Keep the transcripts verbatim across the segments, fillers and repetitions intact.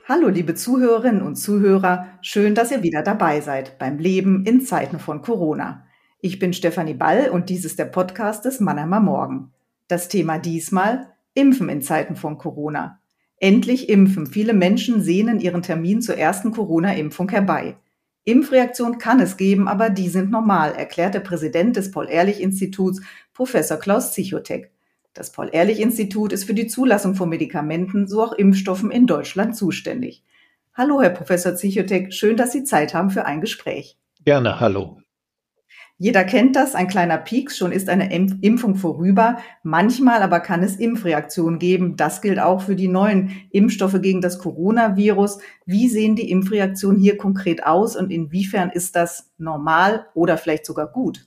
Hallo, liebe Zuhörerinnen und Zuhörer, schön, dass ihr wieder dabei seid beim Leben in Zeiten von Corona. Ich bin Stefanie Ball und dies ist der Podcast des Mannheimer Morgen. Das Thema diesmal: Impfen in Zeiten von Corona. Endlich impfen. Viele Menschen sehnen ihren Termin zur ersten Corona-Impfung herbei. Impfreaktion kann es geben, aber die sind normal, erklärt der Präsident des Paul-Ehrlich-Instituts, Professor Klaus Zichotek. Das Paul-Ehrlich-Institut ist für die Zulassung von Medikamenten, so auch Impfstoffen in Deutschland zuständig. Hallo, Herr Professor Zichotek, schön, dass Sie Zeit haben für ein Gespräch. Gerne, hallo. Jeder kennt das, ein kleiner Pieks, schon ist eine Impfung vorüber. Manchmal aber kann es Impfreaktionen geben. Das gilt auch für die neuen Impfstoffe gegen das Coronavirus. Wie sehen die Impfreaktionen hier konkret aus und inwiefern ist das normal oder vielleicht sogar gut?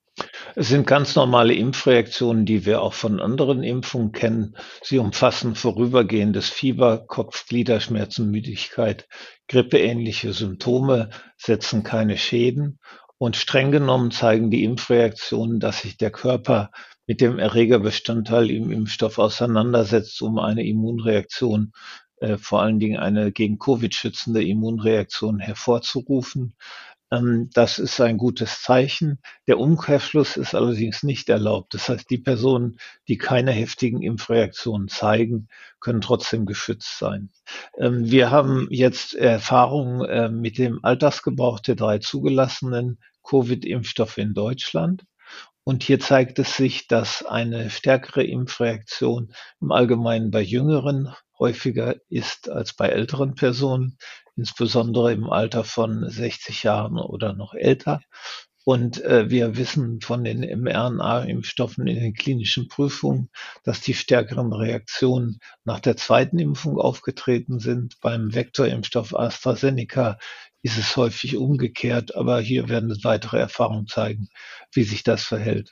Es sind ganz normale Impfreaktionen, die wir auch von anderen Impfungen kennen. Sie umfassen vorübergehendes Fieber, Kopf-, Gliederschmerzen, Müdigkeit, grippeähnliche Symptome, setzen keine Schäden. Und streng genommen zeigen die Impfreaktionen, dass sich der Körper mit dem Erregerbestandteil im Impfstoff auseinandersetzt, um eine Immunreaktion, äh, vor allen Dingen eine gegen Covid schützende Immunreaktion hervorzurufen. Ähm, das ist ein gutes Zeichen. Der Umkehrschluss ist allerdings nicht erlaubt. Das heißt, die Personen, die keine heftigen Impfreaktionen zeigen, können trotzdem geschützt sein. Ähm, wir haben jetzt Erfahrungen äh, mit dem Altersgebrauch der drei zugelassenen Covid-Impfstoffe in Deutschland. Und hier zeigt es sich, dass eine stärkere Impfreaktion im Allgemeinen bei Jüngeren häufiger ist als bei älteren Personen, insbesondere im Alter von sechzig Jahren oder noch älter. Und äh, wir wissen von den mRNA-Impfstoffen in den klinischen Prüfungen, dass die stärkeren Reaktionen nach der zweiten Impfung aufgetreten sind. Beim Vektorimpfstoff AstraZeneca ist es häufig umgekehrt, aber hier werden weitere Erfahrungen zeigen, wie sich das verhält.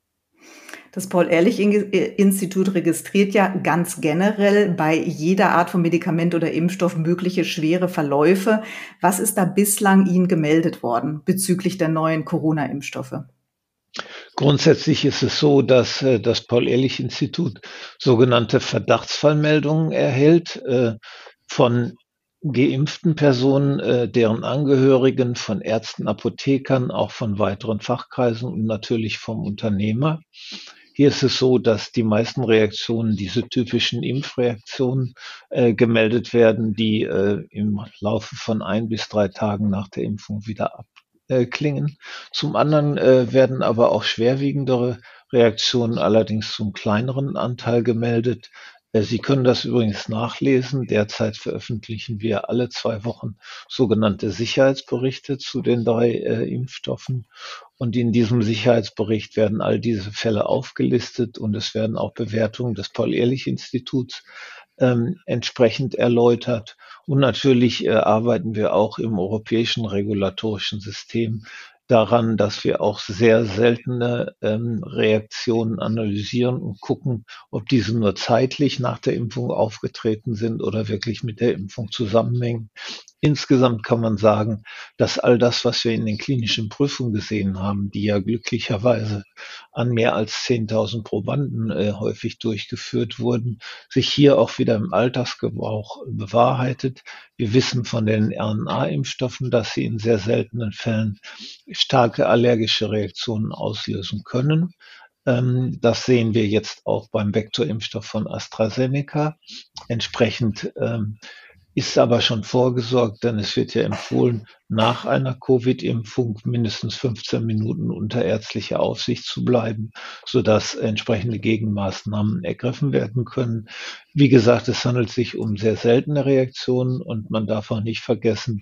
Das Paul-Ehrlich-Institut registriert ja ganz generell bei jeder Art von Medikament oder Impfstoff mögliche schwere Verläufe. Was ist da bislang Ihnen gemeldet worden bezüglich der neuen Corona-Impfstoffe? Grundsätzlich ist es so, dass äh, das Paul-Ehrlich-Institut sogenannte Verdachtsfallmeldungen erhält äh, von geimpften Personen, äh, deren Angehörigen, von Ärzten, Apothekern, auch von weiteren Fachkreisen und natürlich vom Unternehmer. Hier ist es so, dass die meisten Reaktionen, diese typischen Impfreaktionen, äh, gemeldet werden, die äh, im Laufe von ein bis drei Tagen nach der Impfung wieder abklingen. Zum anderen äh, werden aber auch schwerwiegendere Reaktionen allerdings zum kleineren Anteil gemeldet. Äh, Sie können das übrigens nachlesen. Derzeit veröffentlichen wir alle zwei Wochen sogenannte Sicherheitsberichte zu den drei äh, Impfstoffen. Und in diesem Sicherheitsbericht werden all diese Fälle aufgelistet und es werden auch Bewertungen des Paul-Ehrlich-Instituts ähm, entsprechend erläutert. Und natürlich äh, arbeiten wir auch im europäischen regulatorischen System daran, dass wir auch sehr seltene ähm, Reaktionen analysieren und gucken, ob diese nur zeitlich nach der Impfung aufgetreten sind oder wirklich mit der Impfung zusammenhängen. Insgesamt kann man sagen, dass all das, was wir in den klinischen Prüfungen gesehen haben, die ja glücklicherweise an mehr als zehntausend Probanden äh, häufig durchgeführt wurden, sich hier auch wieder im Alltagsgebrauch bewahrheitet. Wir wissen von den R N A-Impfstoffen, dass sie in sehr seltenen Fällen starke allergische Reaktionen auslösen können. Ähm, das sehen wir jetzt auch beim Vektorimpfstoff von AstraZeneca. Entsprechend ähm, ist aber schon vorgesorgt, denn es wird ja empfohlen, nach einer Covid-Impfung mindestens fünfzehn Minuten unter ärztlicher Aufsicht zu bleiben, sodass entsprechende Gegenmaßnahmen ergriffen werden können. Wie gesagt, es handelt sich um sehr seltene Reaktionen und man darf auch nicht vergessen,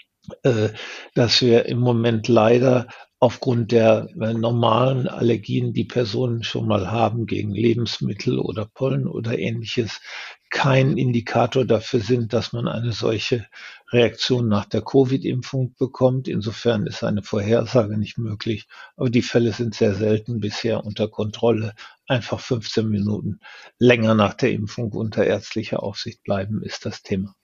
äh, dass wir im Moment leider aufgrund der äh, normalen Allergien, die Personen schon mal haben gegen Lebensmittel oder Pollen oder ähnliches, kein Indikator dafür sind, dass man eine solche Reaktion nach der Covid-Impfung bekommt. Insofern ist eine Vorhersage nicht möglich, aber die Fälle sind sehr selten bisher unter Kontrolle. Einfach fünfzehn Minuten länger nach der Impfung unter ärztlicher Aufsicht bleiben, ist das Thema.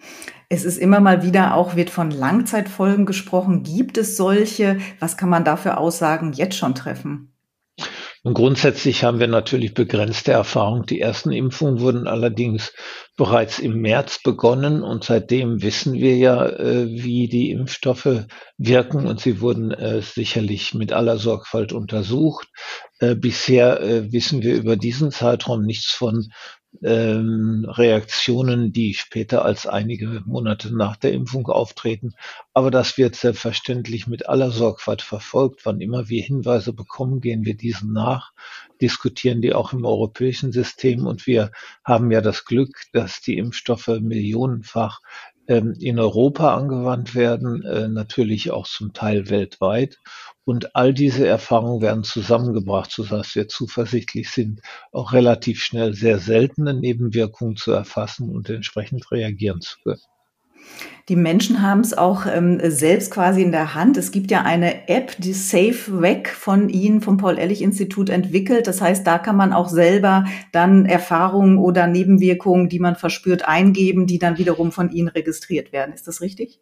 Es ist immer mal wieder auch, wird von Langzeitfolgen gesprochen. Gibt es solche? Was kann man da für Aussagen jetzt schon treffen? Und grundsätzlich haben wir natürlich begrenzte Erfahrung. Die ersten Impfungen wurden allerdings bereits im März begonnen und seitdem wissen wir ja, äh, wie die Impfstoffe wirken und sie wurden äh, sicherlich mit aller Sorgfalt untersucht. Äh, bisher äh, wissen wir über diesen Zeitraum nichts von ähm, Reaktionen, die später als einige Monate nach der Impfung auftreten. Aber das wird selbstverständlich mit aller Sorgfalt verfolgt. Wann immer wir Hinweise bekommen, gehen wir diesen nach, diskutieren die auch im europäischen System. Und wir haben ja das Glück, dass die Impfstoffe millionenfach ähm, in Europa angewandt werden, äh, natürlich auch zum Teil weltweit. Und all diese Erfahrungen werden zusammengebracht, sodass wir zuversichtlich sind, auch relativ schnell sehr seltene Nebenwirkungen zu erfassen und entsprechend reagieren zu können. Die Menschen haben es auch ähm, selbst quasi in der Hand. Es gibt ja eine App, die SafeVac von Ihnen, vom Paul-Ehrlich-Institut entwickelt. Das heißt, da kann man auch selber dann Erfahrungen oder Nebenwirkungen, die man verspürt, eingeben, die dann wiederum von Ihnen registriert werden. Ist das richtig?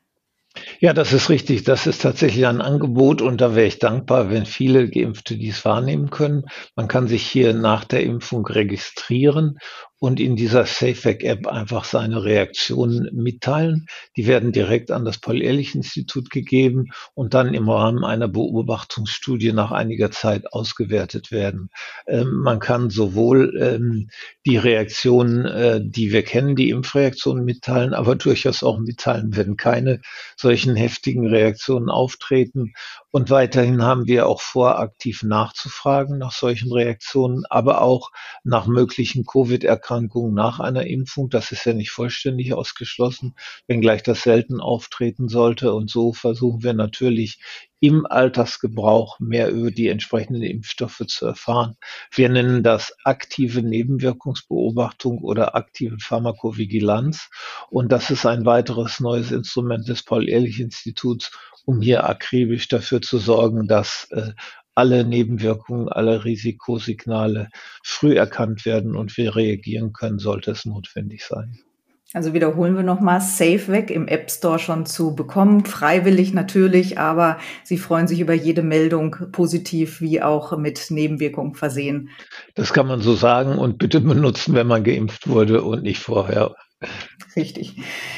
Ja, das ist richtig. Das ist tatsächlich ein Angebot und da wäre ich dankbar, wenn viele Geimpfte dies wahrnehmen können. Man kann sich hier nach der Impfung registrieren und in dieser SafeVac-App einfach seine Reaktionen mitteilen. Die werden direkt an das Paul-Ehrlich-Institut gegeben und dann im Rahmen einer Beobachtungsstudie nach einiger Zeit ausgewertet werden. Ähm, man kann sowohl ähm, die Reaktionen, äh, die wir kennen, die Impfreaktionen mitteilen, aber durchaus auch mitteilen, wenn keine solchen heftigen Reaktionen auftreten. Und weiterhin haben wir auch vor, aktiv nachzufragen nach solchen Reaktionen, aber auch nach möglichen Covid-Erkrankungen nach einer Impfung. Das ist ja nicht vollständig ausgeschlossen, wenngleich das selten auftreten sollte. Und so versuchen wir natürlich im Alltagsgebrauch mehr über die entsprechenden Impfstoffe zu erfahren. Wir nennen das aktive Nebenwirkungsbeobachtung oder aktive Pharmakovigilanz. Und das ist ein weiteres neues Instrument des Paul-Ehrlich-Instituts, um hier akribisch dafür zu sorgen, dass äh, alle Nebenwirkungen, alle Risikosignale früh erkannt werden und wir reagieren können, sollte es notwendig sein. Also wiederholen wir nochmal, SafeVac im App Store schon zu bekommen, freiwillig natürlich, aber Sie freuen sich über jede Meldung, positiv wie auch mit Nebenwirkungen versehen. Das kann man so sagen und bitte benutzen, wenn man geimpft wurde und nicht vorher. Richtig.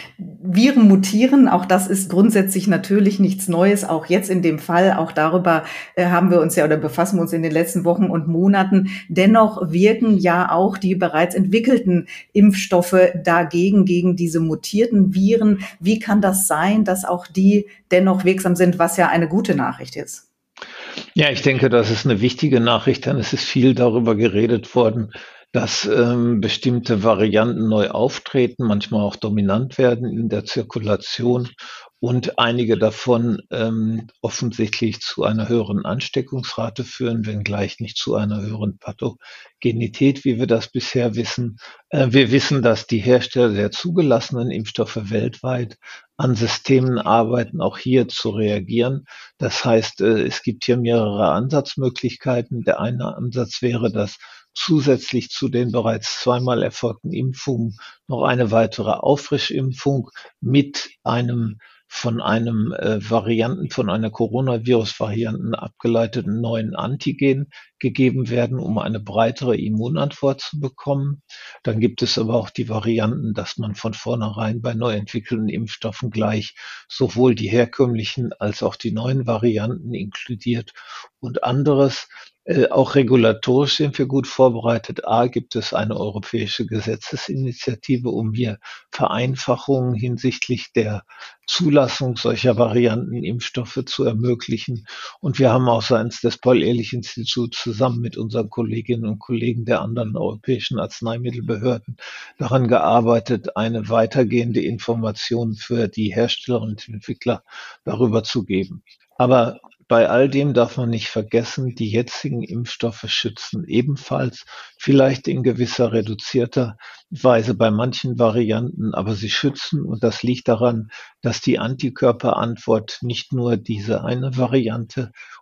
Viren mutieren, auch das ist grundsätzlich natürlich nichts Neues, auch jetzt in dem Fall, auch darüber äh, haben wir uns ja oder befassen wir uns in den letzten Wochen und Monaten. Dennoch wirken ja auch die bereits entwickelten Impfstoffe dagegen, gegen diese mutierten Viren. Wie kann das sein, dass auch die dennoch wirksam sind, was ja eine gute Nachricht ist? Ja, ich denke, das ist eine wichtige Nachricht, denn es ist viel darüber geredet worden, dass ähm, bestimmte Varianten neu auftreten, manchmal auch dominant werden in der Zirkulation und einige davon ähm, offensichtlich zu einer höheren Ansteckungsrate führen, wenngleich nicht zu einer höheren Pathogenität, wie wir das bisher wissen. Äh, wir wissen, dass die Hersteller der zugelassenen Impfstoffe weltweit an Systemen arbeiten, auch hier zu reagieren. Das heißt, äh, es gibt hier mehrere Ansatzmöglichkeiten. Der eine Ansatz wäre, dass zusätzlich zu den bereits zweimal erfolgten Impfungen noch eine weitere Auffrischimpfung mit einem von einem äh, Varianten, von einer Coronavirus-Varianten abgeleiteten neuen Antigen gegeben werden, um eine breitere Immunantwort zu bekommen. Dann gibt es aber auch die Varianten, dass man von vornherein bei neu entwickelten Impfstoffen gleich sowohl die herkömmlichen als auch die neuen Varianten inkludiert und anderes. Äh, auch regulatorisch sind wir gut vorbereitet. A, gibt es eine europäische Gesetzesinitiative, um hier Vereinfachungen hinsichtlich der Zulassung solcher Varianten Impfstoffe zu ermöglichen. Und wir haben auch seitens des Paul-Ehrlich-Instituts zusammen mit unseren Kolleginnen und Kollegen der anderen europäischen Arzneimittelbehörden daran gearbeitet, eine weitergehende Information für die Hersteller und Entwickler darüber zu geben. Aber bei all dem darf man nicht vergessen, die jetzigen Impfstoffe schützen ebenfalls, vielleicht in gewisser reduzierter Weise bei manchen Varianten, aber sie schützen und das liegt daran, dass die Antikörperantwort nicht nur diese eine Variante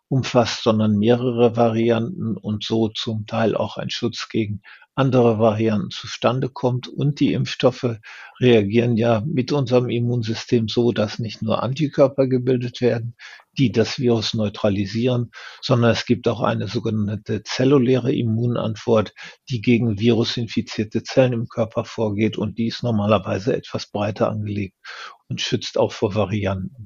umfasst, sondern mehrere Varianten und so zum Teil auch ein Schutz gegen andere Varianten zustande kommt. Und die Impfstoffe reagieren ja mit unserem Immunsystem so, dass nicht nur Antikörper gebildet werden, die das Virus neutralisieren, sondern es gibt auch eine sogenannte zelluläre Immunantwort, die gegen virusinfizierte Zellen im Körper vorgeht, und die ist normalerweise etwas breiter angelegt und schützt auch vor Varianten.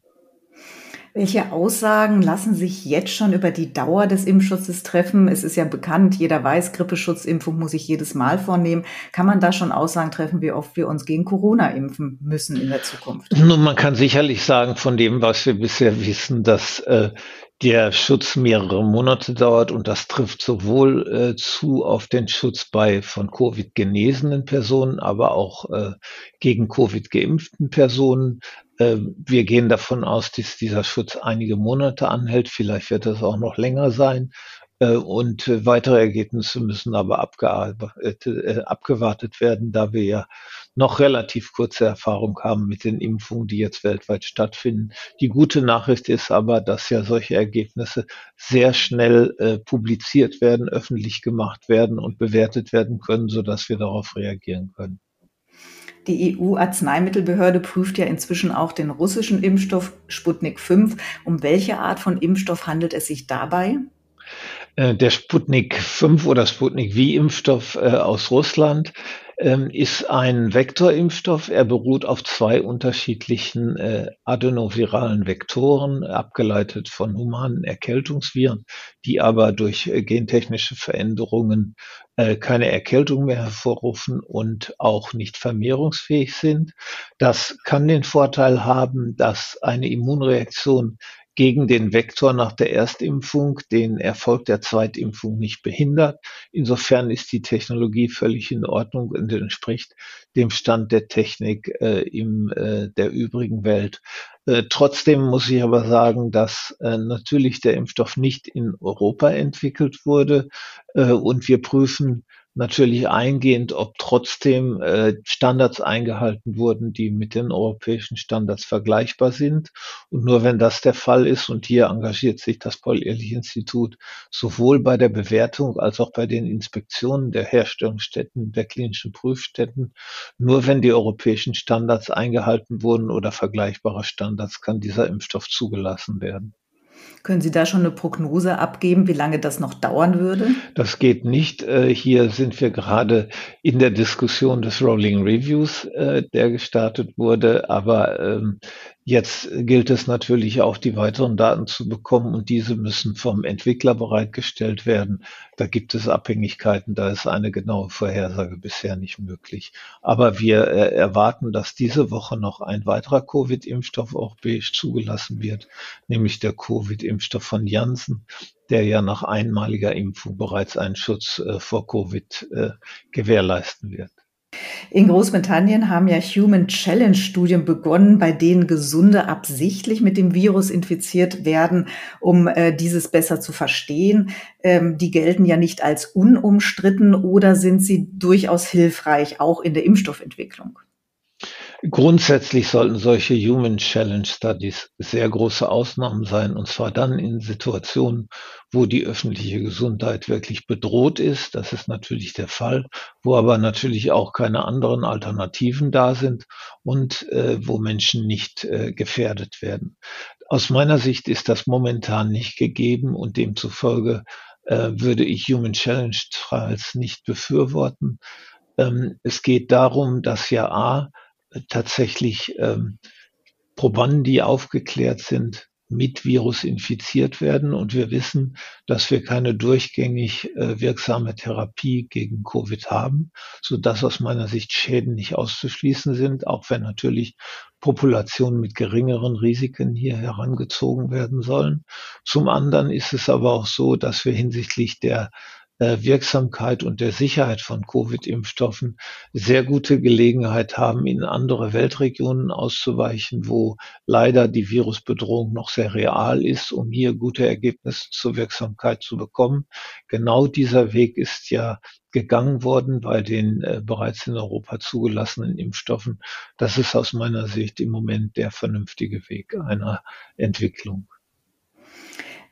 Welche Aussagen lassen sich jetzt schon über die Dauer des Impfschutzes treffen? Es ist ja bekannt, jeder weiß, Grippeschutzimpfung muss ich jedes Mal vornehmen. Kann man da schon Aussagen treffen, wie oft wir uns gegen Corona impfen müssen in der Zukunft? Nun, man kann sicherlich sagen, von dem, was wir bisher wissen, dass äh, der Schutz mehrere Monate dauert, und das trifft sowohl äh, zu auf den Schutz bei von Covid genesenen Personen, aber auch äh, gegen Covid geimpften Personen. Äh, wir gehen davon aus, dass dieser Schutz einige Monate anhält. Vielleicht wird es auch noch länger sein. Äh, und äh, weitere Ergebnisse müssen aber abgearbeitet, äh, abgewartet werden, da wir ja noch relativ kurze Erfahrung haben mit den Impfungen, die jetzt weltweit stattfinden. Die gute Nachricht ist aber, dass ja solche Ergebnisse sehr schnell äh, publiziert werden, öffentlich gemacht werden und bewertet werden können, sodass wir darauf reagieren können. Die E U-Arzneimittelbehörde prüft ja inzwischen auch den russischen Impfstoff Sputnik fünf. Um welche Art von Impfstoff handelt es sich dabei? Der Sputnik fünf oder Sputnik-V-Impfstoff äh, aus Russland ähm, ist ein Vektorimpfstoff. Er beruht auf zwei unterschiedlichen äh, adenoviralen Vektoren, abgeleitet von humanen Erkältungsviren, die aber durch äh, gentechnische Veränderungen äh, keine Erkältung mehr hervorrufen und auch nicht vermehrungsfähig sind. Das kann den Vorteil haben, dass eine Immunreaktion gegen den Vektor nach der Erstimpfung den Erfolg der Zweitimpfung nicht behindert. Insofern ist die Technologie völlig in Ordnung und entspricht dem Stand der Technik äh, im äh, der übrigen Welt. Äh, trotzdem muss ich aber sagen, dass äh, natürlich der Impfstoff nicht in Europa entwickelt wurde, äh, und wir prüfen natürlich eingehend, ob trotzdem äh, Standards eingehalten wurden, die mit den europäischen Standards vergleichbar sind. Und nur wenn das der Fall ist, und hier engagiert sich das Paul-Ehrlich-Institut sowohl bei der Bewertung als auch bei den Inspektionen der Herstellungsstätten, der klinischen Prüfstätten, nur wenn die europäischen Standards eingehalten wurden oder vergleichbare Standards, kann dieser Impfstoff zugelassen werden. Können Sie da schon eine Prognose abgeben, wie lange das noch dauern würde? Das geht nicht. Äh, Hier sind wir gerade in der Diskussion des Rolling Reviews, äh, der gestartet wurde. Aber ähm, jetzt gilt es natürlich auch, die weiteren Daten zu bekommen, und diese müssen vom Entwickler bereitgestellt werden. Da gibt es Abhängigkeiten, da ist eine genaue Vorhersage bisher nicht möglich. Aber wir äh, erwarten, dass diese Woche noch ein weiterer Covid-Impfstoff europäisch zugelassen wird, nämlich der Covid-Impfstoff von Janssen, der ja nach einmaliger Impfung bereits einen Schutz äh, vor Covid äh, gewährleisten wird. In Großbritannien haben ja Human Challenge Studien begonnen, bei denen Gesunde absichtlich mit dem Virus infiziert werden, um äh, dieses besser zu verstehen. Ähm, die gelten ja nicht als unumstritten, oder sind sie durchaus hilfreich, auch in der Impfstoffentwicklung? Grundsätzlich sollten solche Human Challenge Studies sehr große Ausnahmen sein, und zwar dann in Situationen, wo die öffentliche Gesundheit wirklich bedroht ist. Das ist natürlich der Fall, wo aber natürlich auch keine anderen Alternativen da sind und äh, wo Menschen nicht äh, gefährdet werden. Aus meiner Sicht ist das momentan nicht gegeben, und demzufolge äh, würde ich Human Challenge Trials nicht befürworten. Ähm, es geht darum, dass ja A, tatsächlich ähm, Probanden, die aufgeklärt sind, mit Virus infiziert werden. Und wir wissen, dass wir keine durchgängig äh, wirksame Therapie gegen Covid haben, sodass aus meiner Sicht Schäden nicht auszuschließen sind, auch wenn natürlich Populationen mit geringeren Risiken hier herangezogen werden sollen. Zum anderen ist es aber auch so, dass wir hinsichtlich der äh, Wirksamkeit und der Sicherheit von Covid-Impfstoffen sehr gute Gelegenheit haben, in andere Weltregionen auszuweichen, wo leider die Virusbedrohung noch sehr real ist, um hier gute Ergebnisse zur Wirksamkeit zu bekommen. Genau dieser Weg ist ja gegangen worden bei den äh, bereits in Europa zugelassenen Impfstoffen. Das ist aus meiner Sicht im Moment der vernünftige Weg einer Entwicklung.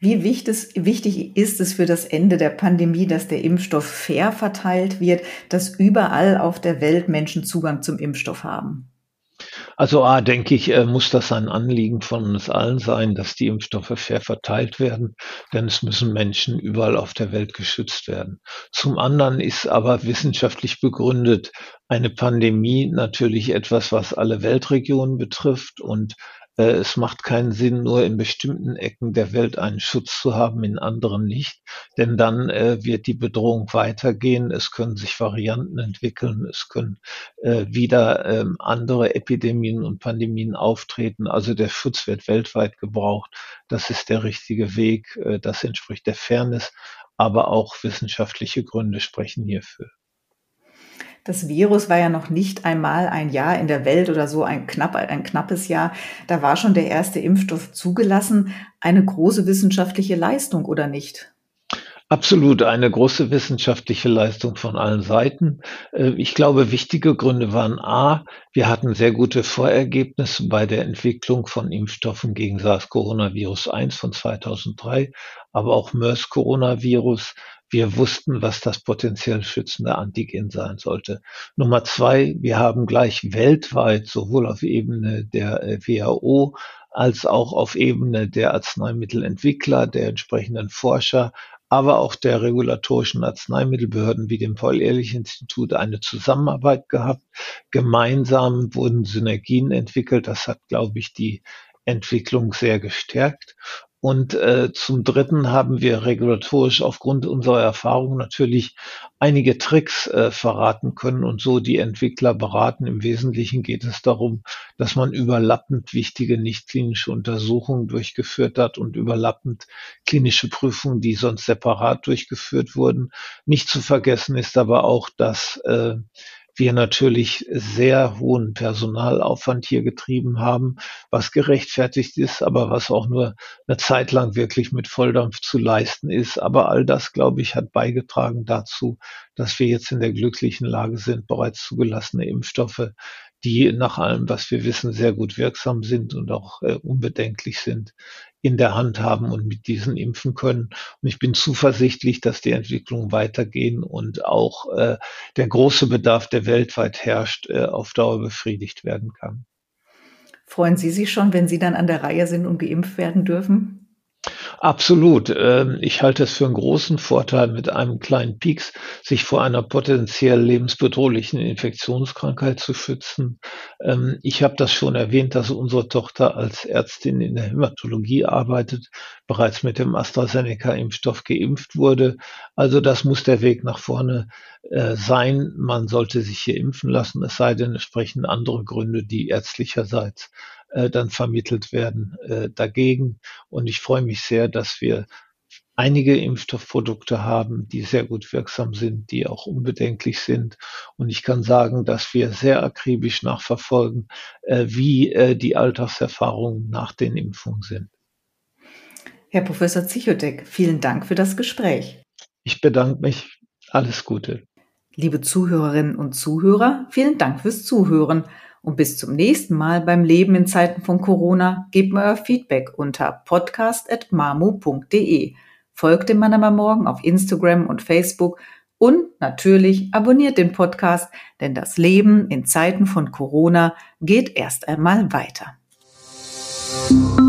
Wie wichtig, wichtig ist es für das Ende der Pandemie, dass der Impfstoff fair verteilt wird, dass überall auf der Welt Menschen Zugang zum Impfstoff haben? Also A, denke ich, äh, muss das ein Anliegen von uns allen sein, dass die Impfstoffe fair verteilt werden, denn es müssen Menschen überall auf der Welt geschützt werden. Zum anderen ist aber wissenschaftlich begründet eine Pandemie natürlich etwas, was alle Weltregionen betrifft und äh, es macht keinen Sinn, nur in bestimmten Ecken der Welt einen Schutz zu haben, in anderen nicht, denn dann äh, wird die Bedrohung weitergehen. Es können sich Varianten entwickeln, es können äh, wieder ähm, andere Epidemien und Pandemien auftreten. Also der Schutz wird weltweit gebraucht. Das ist der richtige Weg. Äh, das entspricht der Fairness, aber auch wissenschaftliche Gründe sprechen hierfür. Das Virus war ja noch nicht einmal ein Jahr in der Welt oder so ein knapp, ein knappes Jahr. Da war schon der erste Impfstoff zugelassen. Eine große wissenschaftliche Leistung, oder nicht? Absolut, eine große wissenschaftliche Leistung von allen Seiten. Äh, Ich glaube, wichtige Gründe waren A, wir hatten sehr gute Vorergebnisse bei der Entwicklung von Impfstoffen gegen SARS-Coronavirus eins von zweitausenddrei, aber auch MERS-Coronavirus. Wir wussten, was das potenziell schützende Antigen sein sollte. Nummer zwei, wir haben gleich weltweit sowohl auf Ebene der äh, W H O als auch auf Ebene der Arzneimittelentwickler, der entsprechenden Forscher, aber auch der regulatorischen Arzneimittelbehörden wie dem Paul-Ehrlich-Institut eine Zusammenarbeit gehabt. Gemeinsam wurden Synergien entwickelt. Das hat, glaube ich, die Entwicklung sehr gestärkt. Und äh, zum Dritten haben wir regulatorisch aufgrund unserer Erfahrung natürlich einige Tricks äh, verraten können und so die Entwickler beraten. Im Wesentlichen geht es darum, dass man überlappend wichtige nicht-klinische Untersuchungen durchgeführt hat und überlappend klinische Prüfungen, die sonst separat durchgeführt wurden. Nicht zu vergessen ist aber auch, dass äh, wir natürlich sehr hohen Personalaufwand hier getrieben haben, was gerechtfertigt ist, aber was auch nur eine Zeit lang wirklich mit Volldampf zu leisten ist. Aber all das, glaube ich, hat beigetragen dazu, dass wir jetzt in der glücklichen Lage sind, bereits zugelassene Impfstoffe, die nach allem, was wir wissen, sehr gut wirksam sind und auch äh, unbedenklich sind, in der Hand haben und mit diesen impfen können. Und ich bin zuversichtlich, dass die Entwicklungen weitergehen und auch äh, der große Bedarf, der weltweit herrscht, äh, auf Dauer befriedigt werden kann. Freuen Sie sich schon, wenn Sie dann an der Reihe sind und geimpft werden dürfen? Absolut. Ähm, Ich halte es für einen großen Vorteil, mit einem kleinen Pieks sich vor einer potenziell lebensbedrohlichen Infektionskrankheit zu schützen. Ähm, Ich habe das schon erwähnt, dass unsere Tochter als Ärztin in der Hämatologie arbeitet, bereits mit dem AstraZeneca-Impfstoff geimpft wurde. Also das muss der Weg nach vorne äh, sein. Man sollte sich hier impfen lassen, es sei denn, es sprechen andere Gründe, die ärztlicherseits äh, dann vermittelt werden, äh, dagegen. Und ich freue mich sehr, dass wir einige Impfstoffprodukte haben, die sehr gut wirksam sind, die auch unbedenklich sind. Und ich kann sagen, dass wir sehr akribisch nachverfolgen, äh, wie äh, die Alltagserfahrungen nach den Impfungen sind. Herr Professor Zichotek, vielen Dank für das Gespräch. Ich bedanke mich. Alles Gute. Liebe Zuhörerinnen und Zuhörer, vielen Dank fürs Zuhören und bis zum nächsten Mal beim Leben in Zeiten von Corona. Gebt mir euer Feedback unter podcast at marmo punkt de. Folgt dem Mann am Morgen auf Instagram und Facebook und natürlich abonniert den Podcast, denn das Leben in Zeiten von Corona geht erst einmal weiter.